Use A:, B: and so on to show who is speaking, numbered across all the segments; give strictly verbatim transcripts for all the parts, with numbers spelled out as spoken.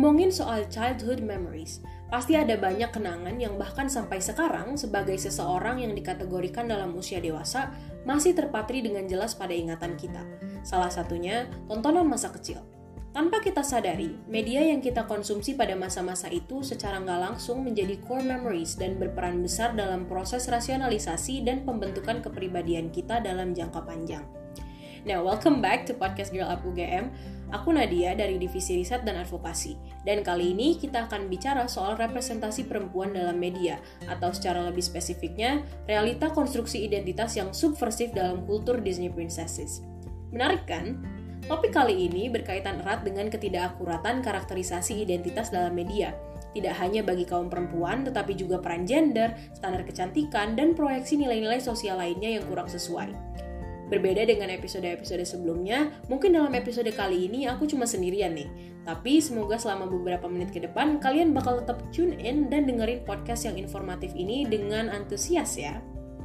A: Ngomongin soal childhood memories, pasti ada banyak kenangan yang bahkan sampai sekarang sebagai seseorang yang dikategorikan dalam usia dewasa masih terpatri dengan jelas pada ingatan kita. Salah satunya, tontonan masa kecil. Tanpa kita sadari, media yang kita konsumsi pada masa-masa itu secara nggak langsung menjadi core memories dan berperan besar dalam proses rasionalisasi dan pembentukan kepribadian kita dalam jangka panjang. Nah, welcome back to Podcast Girl Up U G M. Aku Nadia dari Divisi Riset dan Advokasi. Dan kali ini kita akan bicara soal representasi perempuan dalam media, atau secara lebih spesifiknya, realita konstruksi identitas yang subversif dalam kultur Disney Princesses. Menarik kan? Topik kali ini berkaitan erat dengan ketidakakuratan karakterisasi identitas dalam media. Tidak hanya bagi kaum perempuan, tetapi juga peran gender, standar kecantikan, dan proyeksi nilai-nilai sosial lainnya yang kurang sesuai. Berbeda dengan episode-episode sebelumnya, mungkin dalam episode kali ini aku cuma sendirian nih. Tapi semoga selama beberapa menit ke depan, kalian bakal tetap tune in dan dengerin podcast yang informatif ini dengan antusias ya.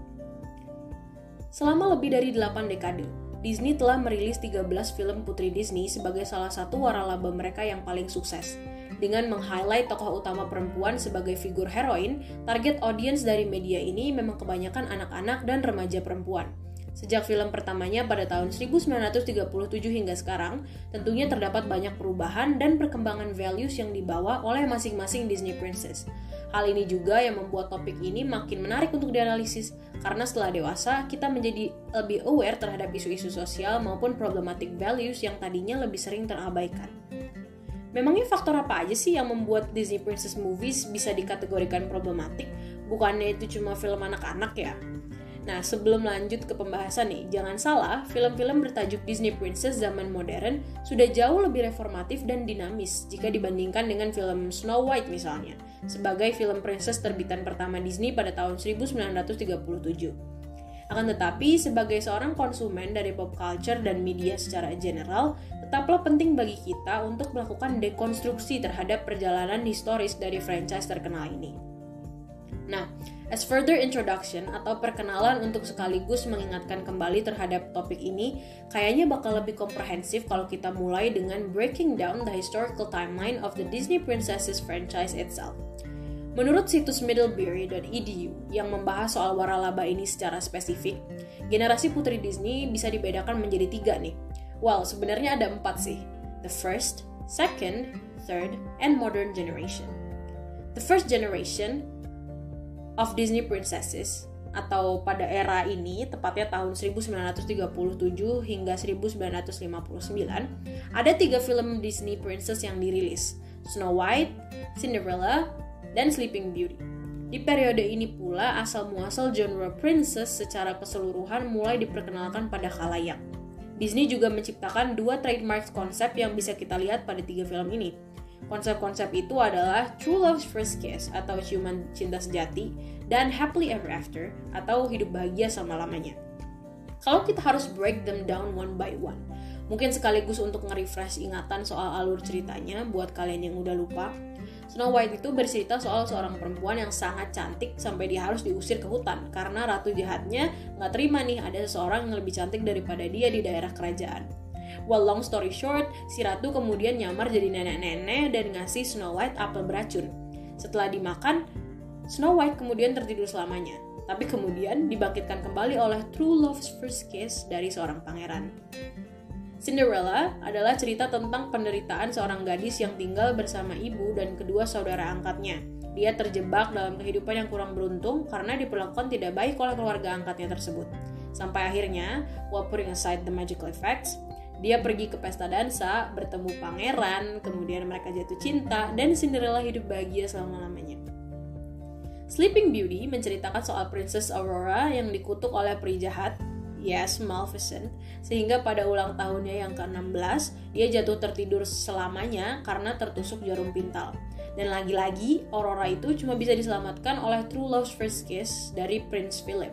A: Selama lebih dari delapan dekade, Disney telah merilis tiga belas film putri Disney sebagai salah satu waralaba mereka yang paling sukses. Dengan meng-highlight tokoh utama perempuan sebagai figur heroin, target audience dari media ini memang kebanyakan anak-anak dan remaja perempuan. Sejak film pertamanya pada tahun seribu sembilan ratus tiga puluh tujuh hingga sekarang, tentunya terdapat banyak perubahan dan perkembangan values yang dibawa oleh masing-masing Disney Princess. Hal ini juga yang membuat topik ini makin menarik untuk dianalisis, karena setelah dewasa, kita menjadi lebih aware terhadap isu-isu sosial maupun problematic values yang tadinya lebih sering terabaikan. Memangnya faktor apa aja sih yang membuat Disney Princess movies bisa dikategorikan problematik? Bukannya itu cuma film anak-anak ya? Nah, sebelum lanjut ke pembahasan nih, jangan salah, film-film bertajuk Disney Princess zaman modern sudah jauh lebih reformatif dan dinamis jika dibandingkan dengan film Snow White misalnya, sebagai film princess terbitan pertama Disney pada tahun seribu sembilan ratus tiga puluh tujuh. Akan tetapi, sebagai seorang konsumen dari pop culture dan media secara general, tetaplah penting bagi kita untuk melakukan dekonstruksi terhadap perjalanan historis dari franchise terkenal ini. Nah, as further introduction atau perkenalan untuk sekaligus mengingatkan kembali terhadap topik ini, kayaknya bakal lebih komprehensif kalau kita mulai dengan breaking down the historical timeline of the Disney Princesses franchise itself. Menurut situs middlebury dot e d u yang membahas soal waralaba ini secara spesifik, generasi putri Disney bisa dibedakan menjadi tiga nih. Well, sebenarnya ada empat sih. The first, second, third, and modern generation. The first generation of Disney Princesses, atau pada era ini, tepatnya tahun seribu sembilan ratus tiga puluh tujuh hingga seribu sembilan ratus lima puluh sembilan, ada tiga film Disney Princess yang dirilis, Snow White, Cinderella, dan Sleeping Beauty. Di periode ini pula, asal-muasal genre princess secara keseluruhan mulai diperkenalkan pada khalayak. Disney juga menciptakan dua trademark konsep yang bisa kita lihat pada tiga film ini. Konsep-konsep itu adalah True Love's First Kiss atau ciuman cinta sejati dan Happily Ever After atau hidup bahagia selama-lamanya. Kalau kita harus break them down one by one, mungkin sekaligus untuk nge-refresh ingatan soal alur ceritanya buat kalian yang udah lupa. Snow White itu bercerita soal seorang perempuan yang sangat cantik sampai dia harus diusir ke hutan karena ratu jahatnya nggak terima nih ada seseorang yang lebih cantik daripada dia di daerah kerajaan. Well, long story short, si ratu kemudian nyamar jadi nenek-nenek dan ngasih Snow White apel beracun. Setelah dimakan, Snow White kemudian tertidur selamanya, tapi kemudian dibangkitkan kembali oleh True Love's First Kiss dari seorang pangeran. Cinderella adalah cerita tentang penderitaan seorang gadis yang tinggal bersama ibu dan kedua saudara angkatnya. Dia terjebak dalam kehidupan yang kurang beruntung karena diperlakukan tidak baik oleh keluarga angkatnya tersebut. Sampai akhirnya, while putting aside the magical effects, dia pergi ke pesta dansa, bertemu pangeran, kemudian mereka jatuh cinta, dan Cinderella hidup bahagia selama-lamanya. Sleeping Beauty menceritakan soal Princess Aurora yang dikutuk oleh peri jahat, yes, Maleficent, sehingga pada ulang tahunnya yang ke enam belas, dia jatuh tertidur selamanya karena tertusuk jarum pintal. Dan lagi-lagi, Aurora itu cuma bisa diselamatkan oleh True Love's First Kiss dari Prince Philip.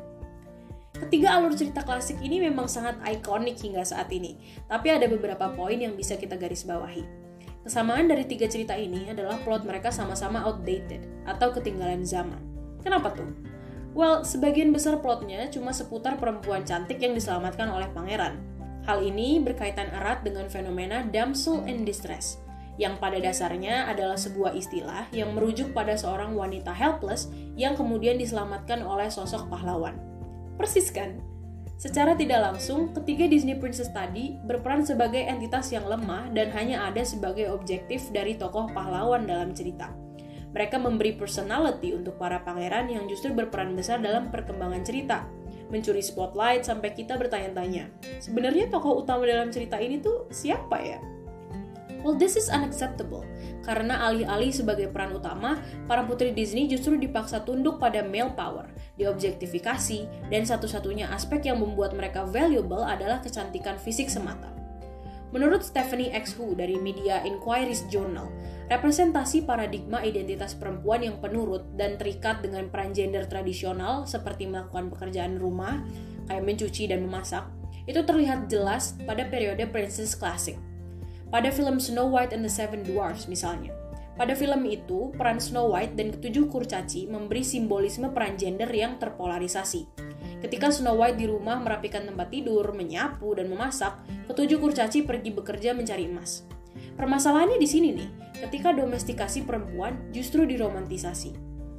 A: Ketiga alur cerita klasik ini memang sangat ikonik hingga saat ini, tapi ada beberapa poin yang bisa kita garis bawahi. Kesamaan dari tiga cerita ini adalah plot mereka sama-sama outdated atau ketinggalan zaman. Kenapa tuh? Well, sebagian besar plotnya cuma seputar perempuan cantik yang diselamatkan oleh pangeran. Hal ini berkaitan erat dengan fenomena damsel in distress, yang pada dasarnya adalah sebuah istilah yang merujuk pada seorang wanita helpless yang kemudian diselamatkan oleh sosok pahlawan. Persis kan? Secara tidak langsung, ketiga Disney Princess tadi berperan sebagai entitas yang lemah dan hanya ada sebagai objektif dari tokoh pahlawan dalam cerita. Mereka memberi personality untuk para pangeran yang justru berperan besar dalam perkembangan cerita, mencuri spotlight sampai kita bertanya-tanya, sebenarnya tokoh utama dalam cerita ini tuh siapa ya? Well, this is unacceptable, karena alih-alih sebagai peran utama, para putri Disney justru dipaksa tunduk pada male power, diobjektifikasi, dan satu-satunya aspek yang membuat mereka valuable adalah kecantikan fisik semata. Menurut Stephanie X. Hu dari Media Inquiries Journal, representasi paradigma identitas perempuan yang penurut dan terikat dengan peran gender tradisional seperti melakukan pekerjaan rumah, kayak mencuci dan memasak, itu terlihat jelas pada periode Princess Classic. Pada film Snow White and the Seven Dwarfs misalnya. Pada film itu, peran Snow White dan ketujuh kurcaci memberi simbolisme peran gender yang terpolarisasi. Ketika Snow White di rumah merapikan tempat tidur, menyapu, dan memasak, ketujuh kurcaci pergi bekerja mencari emas. Permasalahannya di sini nih, ketika domestikasi perempuan justru diromantisasi.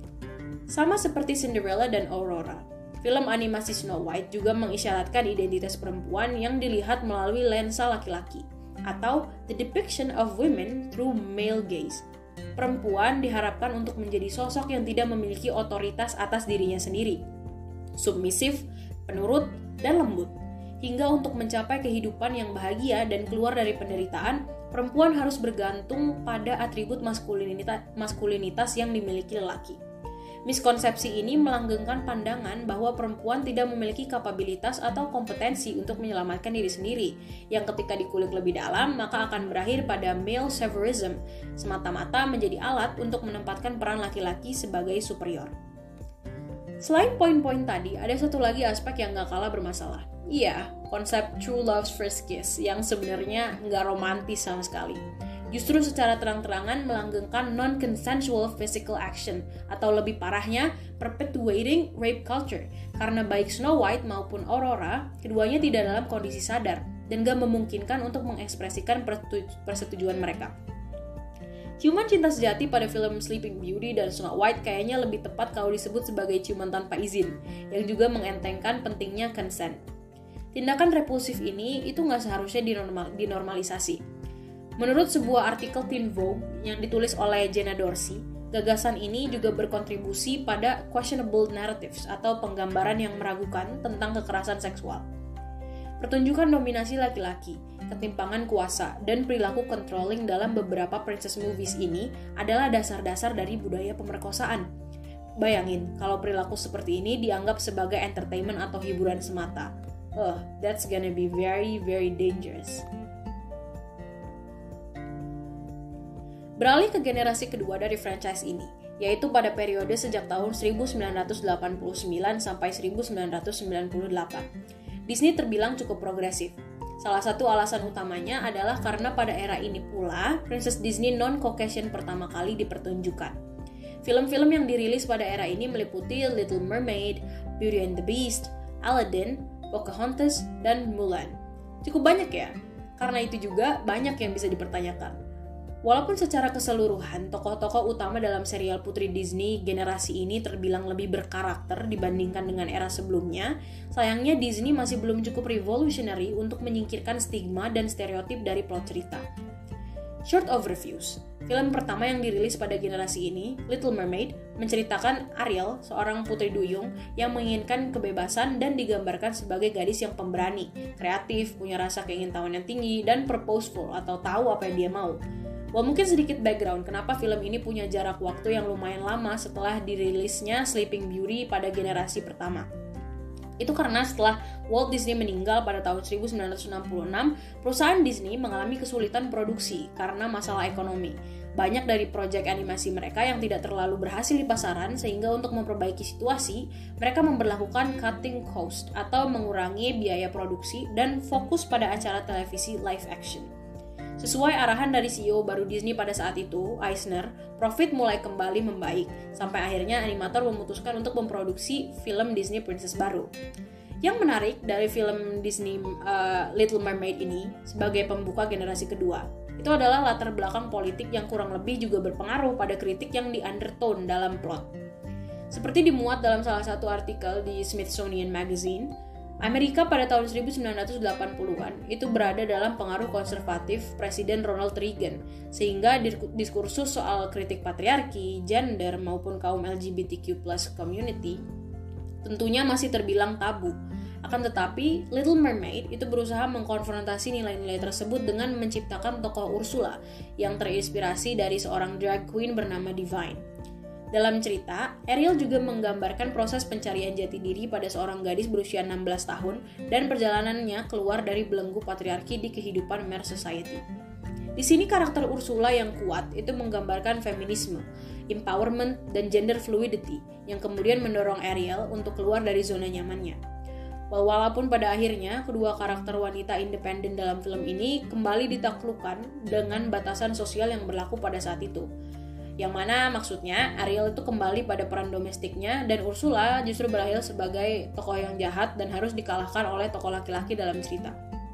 A: Sama seperti Cinderella dan Aurora, film animasi Snow White juga mengisyaratkan identitas perempuan yang dilihat melalui lensa laki-laki, atau the depiction of women through male gaze. Perempuan diharapkan untuk menjadi sosok yang tidak memiliki otoritas atas dirinya sendiri, submisif, penurut, dan lembut. Hingga untuk mencapai kehidupan yang bahagia dan keluar dari penderitaan, perempuan harus bergantung pada atribut maskulinitas, maskulinitas yang dimiliki lelaki. Miskonsepsi ini melanggengkan pandangan bahwa perempuan tidak memiliki kapabilitas atau kompetensi untuk menyelamatkan diri sendiri, yang ketika dikulik lebih dalam maka akan berakhir pada male saviorism, semata-mata menjadi alat untuk menempatkan peran laki-laki sebagai superior. Selain poin-poin tadi, ada satu lagi aspek yang gak kalah bermasalah. Iya, konsep true love's first kiss yang sebenarnya gak romantis sama sekali. Justru secara terang-terangan melanggengkan non-consensual physical action, atau lebih parahnya, perpetuating rape culture. Karena baik Snow White maupun Aurora, keduanya tidak dalam kondisi sadar, dan gak memungkinkan untuk mengekspresikan persetujuan mereka. Ciuman cinta sejati pada film Sleeping Beauty dan Snow White kayaknya lebih tepat kalau disebut sebagai ciuman tanpa izin, yang juga mengentengkan pentingnya consent. Tindakan repulsif ini itu nggak seharusnya dinormal, dinormalisasi. Menurut sebuah artikel Teen Vogue yang ditulis oleh Jenna Dorsey, gagasan ini juga berkontribusi pada questionable narratives atau penggambaran yang meragukan tentang kekerasan seksual. Pertunjukan dominasi laki-laki, ketimpangan kuasa, dan perilaku controlling dalam beberapa princess movies ini adalah dasar-dasar dari budaya pemerkosaan. Bayangin, kalau perilaku seperti ini dianggap sebagai entertainment atau hiburan semata. Oh, that's gonna be very, very dangerous. Beralih ke generasi kedua dari franchise ini, yaitu pada periode sejak tahun seribu sembilan ratus delapan puluh sembilan sampai seribu sembilan ratus sembilan puluh delapan. Disney terbilang cukup progresif. Salah satu alasan utamanya adalah karena pada era ini pula, Princess Disney non-Caucasian pertama kali dipertunjukkan. Film-film yang dirilis pada era ini meliputi Little Mermaid, Beauty and the Beast, Aladdin, Pocahontas, dan Mulan. Cukup banyak ya? Karena itu juga banyak yang bisa dipertanyakan. Walaupun secara keseluruhan, tokoh-tokoh utama dalam serial Putri Disney generasi ini terbilang lebih berkarakter dibandingkan dengan era sebelumnya, sayangnya Disney masih belum cukup revolutionary untuk menyingkirkan stigma dan stereotip dari plot cerita. Short overviews. Film pertama yang dirilis pada generasi ini, Little Mermaid, menceritakan Ariel, seorang putri duyung yang menginginkan kebebasan dan digambarkan sebagai gadis yang pemberani, kreatif, punya rasa keingintahuan yang tinggi, dan purposeful atau tahu apa yang dia mau. Well, mungkin sedikit background kenapa film ini punya jarak waktu yang lumayan lama setelah dirilisnya Sleeping Beauty pada generasi pertama. Itu karena setelah Walt Disney meninggal pada tahun seribu sembilan ratus enam puluh enam, perusahaan Disney mengalami kesulitan produksi karena masalah ekonomi. Banyak dari proyek animasi mereka yang tidak terlalu berhasil di pasaran, sehingga untuk memperbaiki situasi, mereka memberlakukan cutting cost atau mengurangi biaya produksi dan fokus pada acara televisi live action. Sesuai arahan dari C E O baru Disney pada saat itu, Eisner, profit mulai kembali membaik, sampai akhirnya animator memutuskan untuk memproduksi film Disney Princess baru. Yang menarik dari film Disney uh, Little Mermaid ini, sebagai pembuka generasi kedua, Itu adalah latar belakang politik yang kurang lebih juga berpengaruh pada kritik yang di-undertone dalam plot. Seperti dimuat dalam salah satu artikel di Smithsonian Magazine, Amerika pada tahun seribu sembilan ratus delapan puluhan itu berada dalam pengaruh konservatif Presiden Ronald Reagan, sehingga diskursus soal kritik patriarki, gender, maupun kaum L G B T Q plus community tentunya masih terbilang tabu. Akan tetapi, Little Mermaid itu berusaha mengkonfrontasi nilai-nilai tersebut dengan menciptakan tokoh Ursula yang terinspirasi dari seorang drag queen bernama Divine. Dalam cerita, Ariel juga menggambarkan proses pencarian jati diri pada seorang gadis berusia enam belas tahun dan perjalanannya keluar dari belenggu patriarki di kehidupan Mer Society. Di sini karakter Ursula yang kuat itu menggambarkan feminisme, empowerment, dan gender fluidity yang kemudian mendorong Ariel untuk keluar dari zona nyamannya. Walaupun pada akhirnya kedua karakter wanita independen dalam film ini kembali ditaklukkan dengan batasan sosial yang berlaku pada saat itu. Yang mana maksudnya Ariel itu kembali pada peran domestiknya dan Ursula justru berakhir sebagai tokoh yang jahat dan harus dikalahkan oleh tokoh laki-laki dalam cerita.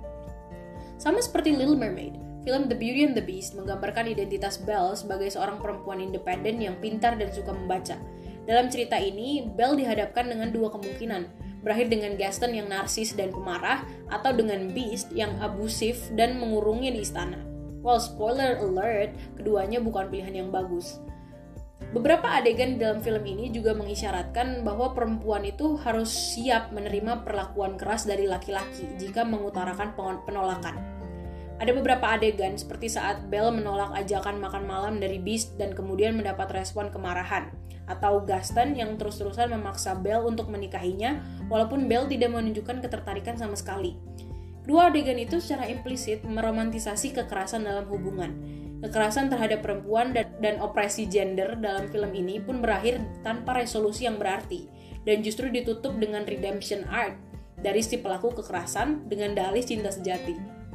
A: Sama seperti Little Mermaid, film The Beauty and the Beast menggambarkan identitas Belle sebagai seorang perempuan independen yang pintar dan suka membaca. Dalam cerita ini, Belle dihadapkan dengan dua kemungkinan, berakhir dengan Gaston yang narsis dan pemarah, atau dengan Beast yang abusif dan mengurungnya di istana. Well, spoiler alert, keduanya bukan pilihan yang bagus. Beberapa adegan di dalam film ini juga mengisyaratkan bahwa perempuan itu harus siap menerima perlakuan keras dari laki-laki jika mengutarakan penolakan. Ada beberapa adegan seperti saat Belle menolak ajakan makan malam dari Beast dan kemudian mendapat respon kemarahan, atau Gaston yang terus-terusan memaksa Belle untuk menikahinya walaupun Belle tidak menunjukkan ketertarikan sama sekali. Dua adegan itu secara implisit meromantisasi kekerasan dalam hubungan. Kekerasan terhadap perempuan dan, dan opresi gender dalam film ini pun berakhir tanpa resolusi yang berarti, dan justru ditutup dengan redemption arc dari si pelaku kekerasan dengan dalih cinta sejati.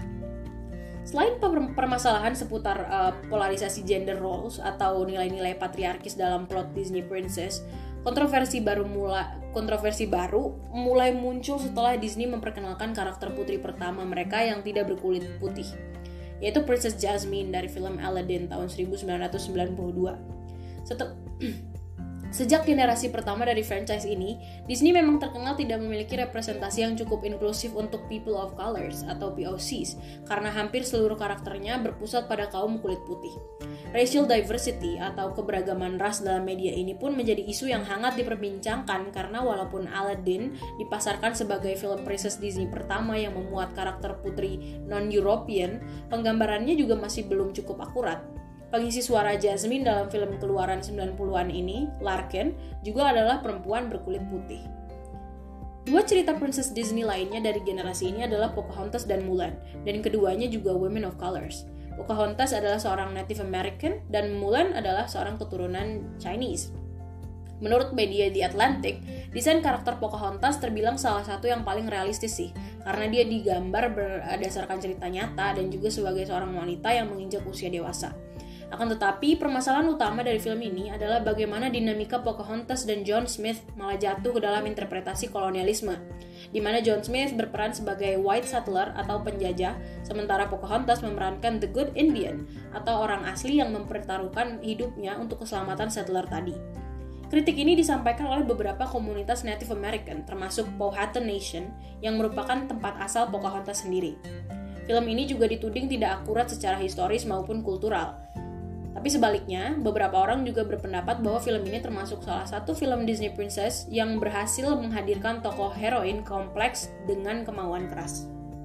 A: Selain permasalahan seputar uh, polarisasi gender roles atau nilai-nilai patriarkis dalam plot Disney Princess, kontroversi baru mula kontroversi baru mulai muncul setelah Disney memperkenalkan karakter putri pertama mereka yang tidak berkulit putih, yaitu Princess Jasmine dari film Aladdin tahun seribu sembilan ratus sembilan puluh dua. Setel- Sejak generasi pertama dari franchise ini, Disney memang terkenal tidak memiliki representasi yang cukup inklusif untuk people of colors atau P O Cs, karena hampir seluruh karakternya berpusat pada kaum kulit putih. Racial diversity atau keberagaman ras dalam media ini pun menjadi isu yang hangat diperbincangkan karena walaupun Aladdin dipasarkan sebagai film princess Disney pertama yang memuat karakter putri non-European, penggambarannya juga masih belum cukup akurat. Pengisi suara Jasmine dalam film keluaran sembilan puluhan ini, Larkin, juga adalah perempuan berkulit putih. Dua cerita princess Disney lainnya dari generasi ini adalah Pocahontas dan Mulan, dan keduanya juga women of colors. Pocahontas adalah seorang Native American, dan Mulan adalah seorang keturunan Chinese. Menurut media The Atlantic, desain karakter Pocahontas terbilang salah satu yang paling realistis sih, karena dia digambar berdasarkan cerita nyata dan juga sebagai seorang wanita yang menginjak usia dewasa. Akan tetapi, permasalahan utama dari film ini adalah bagaimana dinamika Pocahontas dan John Smith malah jatuh ke dalam interpretasi kolonialisme, di mana John Smith berperan sebagai white settler atau penjajah, sementara Pocahontas memerankan the good Indian atau orang asli yang mempertaruhkan hidupnya untuk keselamatan settler tadi. Kritik ini disampaikan oleh beberapa komunitas Native American, termasuk Powhatan Nation, yang merupakan tempat asal Pocahontas sendiri. Film ini juga dituding tidak akurat secara historis maupun kultural. Tapi sebaliknya, beberapa orang juga berpendapat bahwa film ini termasuk salah satu film Disney Princess yang berhasil menghadirkan tokoh heroin kompleks dengan kemauan keras.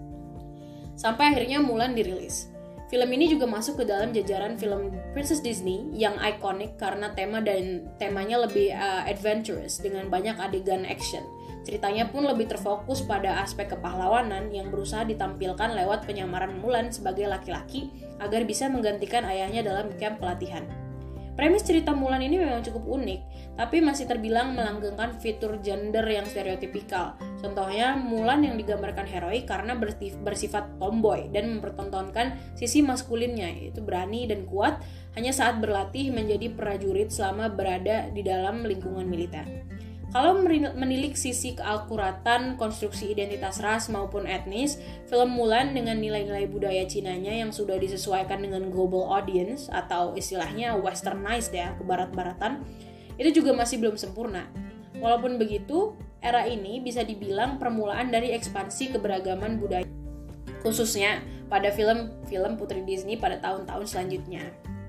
A: Sampai akhirnya Mulan dirilis. Film ini juga masuk ke dalam jajaran film Princess Disney yang ikonik karena tema dan temanya lebih uh, adventurous dengan banyak adegan action. Ceritanya pun lebih terfokus pada aspek kepahlawanan yang berusaha ditampilkan lewat penyamaran Mulan sebagai laki-laki agar bisa menggantikan ayahnya dalam camp pelatihan. Premis cerita Mulan ini memang cukup unik, tapi masih terbilang melanggengkan fitur gender yang stereotipikal. Contohnya, Mulan yang digambarkan heroik karena bersifat tomboy dan mempertontonkan sisi maskulinnya, yaitu berani dan kuat hanya saat berlatih menjadi prajurit selama berada di dalam lingkungan militer. Kalau menilik sisi keakuratan konstruksi identitas ras maupun etnis, film Mulan dengan nilai-nilai budaya Cinanya yang sudah disesuaikan dengan global audience atau istilahnya westernized ya, ke barat-baratan, itu juga masih belum sempurna. Walaupun begitu, era ini bisa dibilang permulaan dari ekspansi keberagaman budaya, khususnya pada film-film Putri Disney pada tahun-tahun selanjutnya.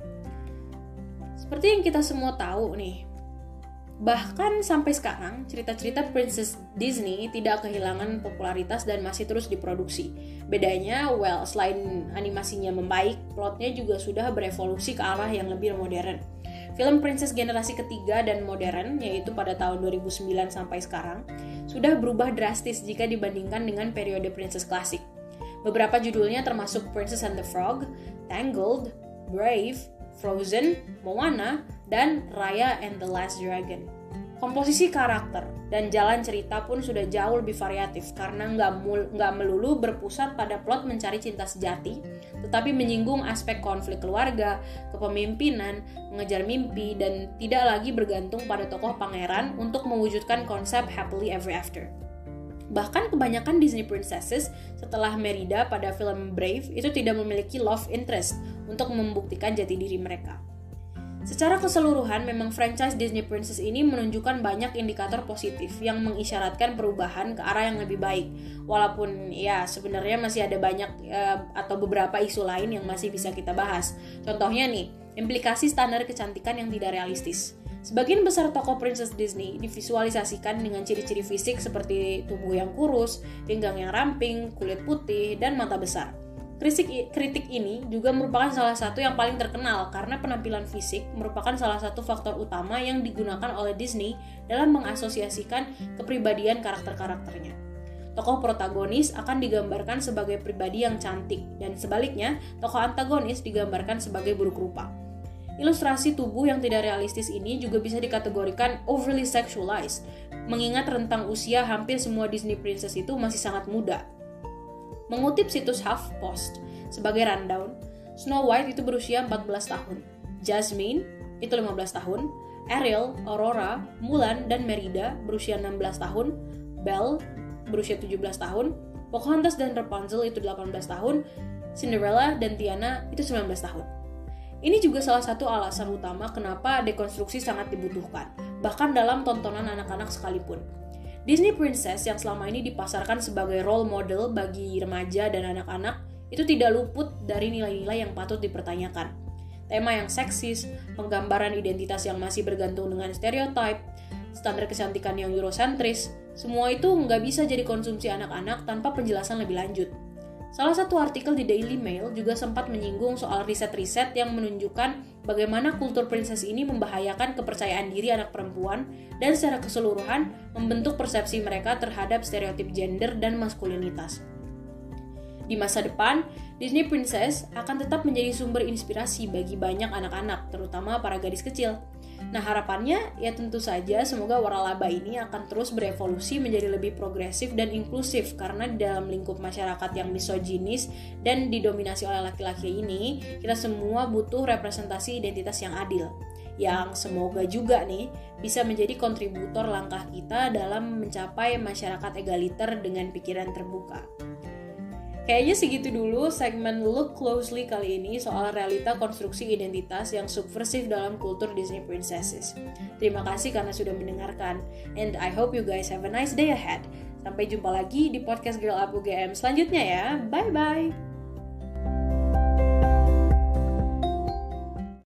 A: Seperti yang kita semua tahu nih, bahkan sampai sekarang, cerita-cerita Princess Disney tidak kehilangan popularitas dan masih terus diproduksi. Bedanya, well, selain animasinya membaik, plotnya juga sudah berevolusi ke arah yang lebih modern. Film Princess generasi ketiga dan modern, yaitu pada tahun dua ribu sembilan sampai sekarang, sudah berubah drastis jika dibandingkan dengan periode Princess klasik. Beberapa judulnya termasuk Princess and the Frog, Tangled, Brave, Frozen, Moana, dan Raya and the Last Dragon. Komposisi karakter dan jalan cerita pun sudah jauh lebih variatif karena nggak mul- nggak melulu berpusat pada plot mencari cinta sejati, tetapi menyinggung aspek konflik keluarga, kepemimpinan, mengejar mimpi, dan tidak lagi bergantung pada tokoh pangeran untuk mewujudkan konsep happily ever after. Bahkan kebanyakan Disney princesses setelah Merida pada film Brave itu tidak memiliki love interest untuk membuktikan jati diri mereka. Secara keseluruhan, memang franchise Disney Princess ini menunjukkan banyak indikator positif yang mengisyaratkan perubahan ke arah yang lebih baik. Walaupun ya sebenarnya masih ada banyak uh, atau beberapa isu lain yang masih bisa kita bahas. Contohnya nih, implikasi standar kecantikan yang tidak realistis. Sebagian besar tokoh Princess Disney divisualisasikan dengan ciri-ciri fisik seperti tubuh yang kurus, pinggang yang ramping, kulit putih, dan mata besar. Kritik, kritik ini juga merupakan salah satu yang paling terkenal karena penampilan fisik merupakan salah satu faktor utama yang digunakan oleh Disney dalam mengasosiasikan kepribadian karakter-karakternya. Tokoh protagonis akan digambarkan sebagai pribadi yang cantik, dan sebaliknya, tokoh antagonis digambarkan sebagai buruk rupa. Ilustrasi tubuh yang tidak realistis ini juga bisa dikategorikan overly sexualized, mengingat rentang usia hampir semua Disney princess itu masih sangat muda. Mengutip situs HuffPost sebagai rundown, Snow White itu berusia empat belas tahun, Jasmine itu lima belas tahun, Ariel, Aurora, Mulan, dan Merida berusia enam belas tahun, Belle berusia tujuh belas tahun, Pocahontas dan Rapunzel itu delapan belas tahun, Cinderella dan Tiana itu sembilan belas tahun. Ini juga salah satu alasan utama kenapa dekonstruksi sangat dibutuhkan, bahkan dalam tontonan anak-anak sekalipun. Disney Princess yang selama ini dipasarkan sebagai role model bagi remaja dan anak-anak itu tidak luput dari nilai-nilai yang patut dipertanyakan. Tema yang seksis, penggambaran identitas yang masih bergantung dengan stereotip, standar kecantikan yang eurosentris, semua itu nggak bisa jadi konsumsi anak-anak tanpa penjelasan lebih lanjut. Salah satu artikel di Daily Mail juga sempat menyinggung soal riset-riset yang menunjukkan bagaimana kultur princess ini membahayakan kepercayaan diri anak perempuan dan secara keseluruhan membentuk persepsi mereka terhadap stereotip gender dan maskulinitas. Di masa depan, Disney Princess akan tetap menjadi sumber inspirasi bagi banyak anak-anak, terutama para gadis kecil. Nah, harapannya ya tentu saja semoga waralaba ini akan terus berevolusi menjadi lebih progresif dan inklusif, karena di dalam lingkup masyarakat yang misoginis dan didominasi oleh laki-laki ini, kita semua butuh representasi identitas yang adil, yang semoga juga nih bisa menjadi kontributor langkah kita dalam mencapai masyarakat egaliter dengan pikiran terbuka. Kayaknya segitu dulu segmen Look Closely kali ini soal realita konstruksi identitas yang subversif dalam kultur Disney Princesses. Terima kasih karena sudah mendengarkan, and I hope you guys have a nice day ahead. Sampai jumpa lagi di podcast Girl Up U G M selanjutnya ya. Bye-bye!